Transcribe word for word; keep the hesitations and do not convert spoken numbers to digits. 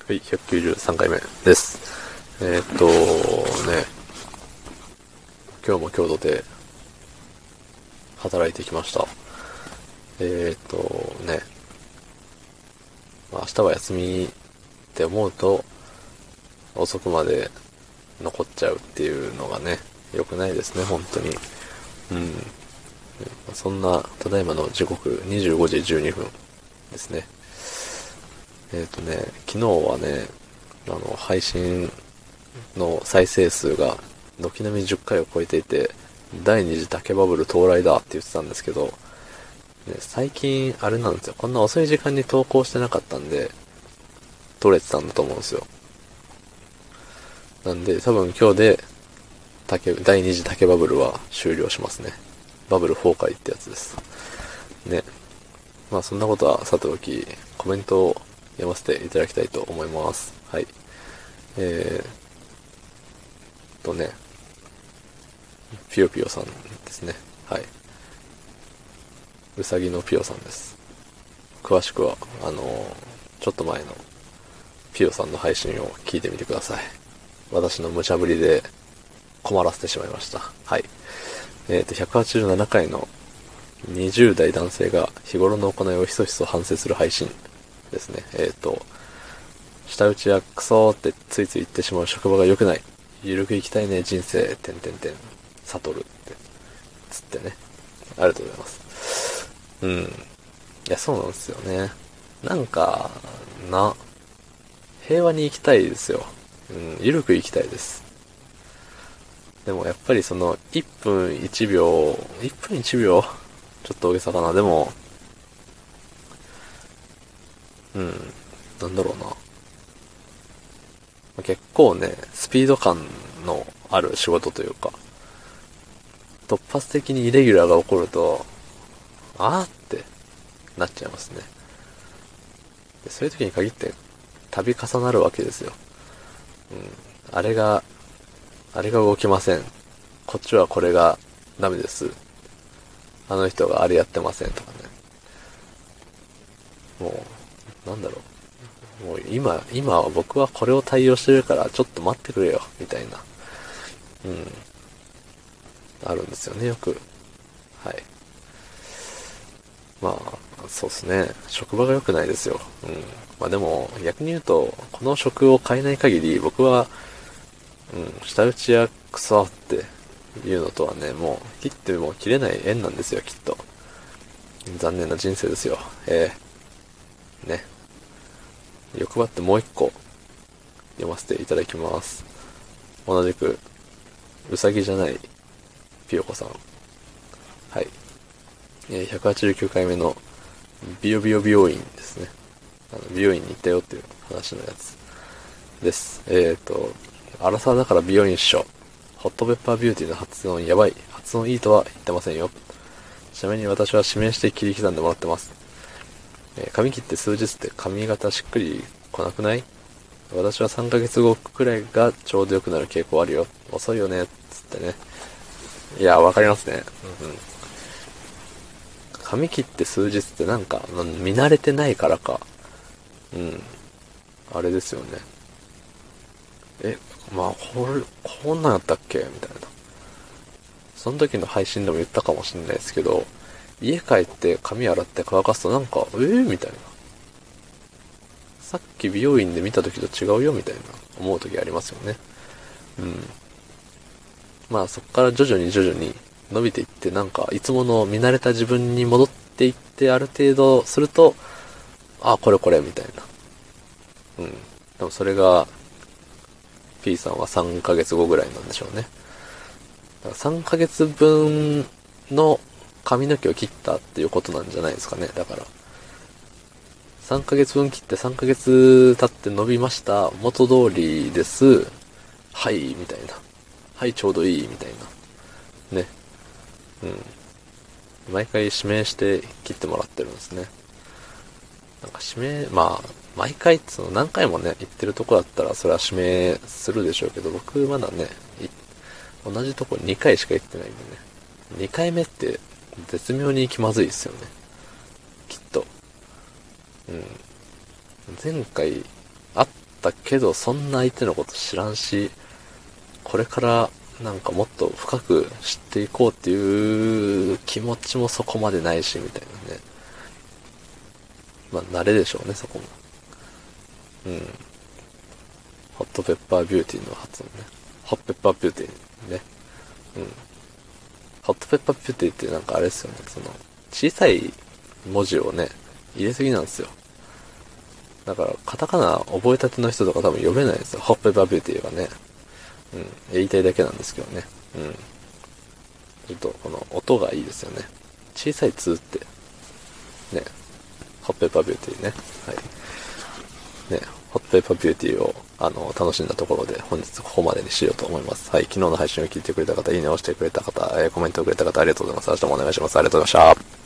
はい、ひゃくきゅうじゅうさんかいめです。えー、っとね、今日も強度で働いてきました。えー、っとね、まあ、明日は休みって思うと遅くまで残っちゃうっていうのがね、良くないですね、本当に。うん。そんな、ただいまの時刻にじゅうごじじゅうにふんですね。えー、っとね、昨日はね、あの、配信の再生数が軒並みじゅっかいを超えていて、第二次竹バブル到来だって言ってたんですけど、ね、最近あれなんですよ。こんな遅い時間に投稿してなかったんで、撮れてたんだと思うんですよ。なんで、多分今日で竹、第二次竹バブルは終了しますね。バブル崩壊ってやつです。ね。まあそんなことはさておき、コメントを読ませていただきたいと思います。はい。えーとね、ぴよぴよさんですね。はい。うさぎのぴよさんです。詳しくは、あのー、ちょっと前のぴよさんの配信を聞いてみてください。私の無茶ぶりで困らせてしまいました。はい。えっ、ー、と、ひゃくはちじゅうななかいのにじゅう代男性が日頃の行いをひそひそ反省する配信ですね。えっ、ー、と、舌打ちやクソーってついつい言ってしまう職場が良くない。ゆるく生きたいね、人生、てんてんてん、悟るって、つってね。ありがとうございます。うん。いや、そうなんですよね。なんか、な、平和に生きたいですよ。うん、ゆるく生きたいです。でもやっぱりその、いっぷんいちびょう、いっぷんいちびょうちょっと大げさかな。でも、うん、なんだろうな。結構ね、スピード感のある仕事というか、突発的にイレギュラーが起こると、あーってなっちゃいますね。でそういう時に限って度重なるわけですよ。うん。あれが、あれが動きません。こっちはこれがダメです。あの人があれやってませんとかね。もう、なんだろう。もう今、今は僕はこれを対応してるからちょっと待ってくれよ、みたいな。うん。あるんですよね、よく。はい。まあ、そうですね。職場が良くないですよ。うん。まあでも、逆に言うと、この職を変えない限り、僕は、うん、舌打ちやクソっていうのとはね、もう、切っても切れない縁なんですよ、きっと。残念な人生ですよ。えー、ね。欲張ってもう一個、読ませていただきます。同じく、うさぎじゃない、ピヨコさん。はい。えー、ひゃくはちじゅうきゅうかいめの、ビヨビヨ美容院ですね。あの美容院に行ったよっていう話のやつです。えっ、ー、と、アラサーだから美容院っしょ。ホットペッパービューティーの発音やばい。発音いいとは言ってませんよ。ちなみに私は指名して切り刻んでもらってます。えー、髪切って数日って髪型しっくり来なくない？私はさんかげつごくらいがちょうど良くなる傾向あるよ。遅いよね。つってね。いや、わかりますね。うんうん。髪切って数日ってなんか、見慣れてないからか。うん。あれですよね。え、まあ、これ、こんなんやったっけみたいな。その時の配信でも言ったかもしれないですけど、家帰って髪洗って乾かすとなんか、えー、みたいな。さっき美容院で見た時と違うよみたいな思う時ありますよね。うん。まあそこから徐々に徐々に伸びていってなんかいつもの見慣れた自分に戻っていってある程度すると、あ、これこれみたいな。うん。でもそれが P さんはさんかげつごぐらいなんでしょうね。だからさんかげつぶんの髪の毛を切ったっていうことなんじゃないですかね。だから。さんかげつぶん切ってさんかげつ経って伸びました。元通りです。はい、みたいな。はい、ちょうどいい、みたいな。ね。うん。毎回指名して切ってもらってるんですね。なんか指名、まあ、毎回その何回もね、言ってるとこだったらそれは指名するでしょうけど、僕まだね、同じとこにかいしか行ってないんでね。にかいめって絶妙に気まずいですよね。きっと。うん。前回会っったけど、そんな相手のこと知らんし、これからなんかもっと深く知っていこうっていう気持ちもそこまでないし、みたいなね。まあ、慣れでしょうね、そこも。うん。ホットペッパービューティーの発音ね。ホットペッパービューティーね。うん。ホットペッパービューティーってなんかあれですよね、その、小さい文字をね、入れすぎなんですよ。だから、カタカナ覚えたての人とか多分読めないんですよ。ホットペッパービューティーがね。うん。言いたいだけなんですけどね。うん。ちょっと、この音がいいですよね。小さいツーって。ね。ホットペッパービューティーね。はい。ね。ホットペッパービューティーを、あの、楽しんだところで、本日ここまでにしようと思います。はい。昨日の配信を聞いてくれた方、いいねを押してくれた方、えー、コメントをくれた方、ありがとうございます。明日もお願いします。ありがとうございました。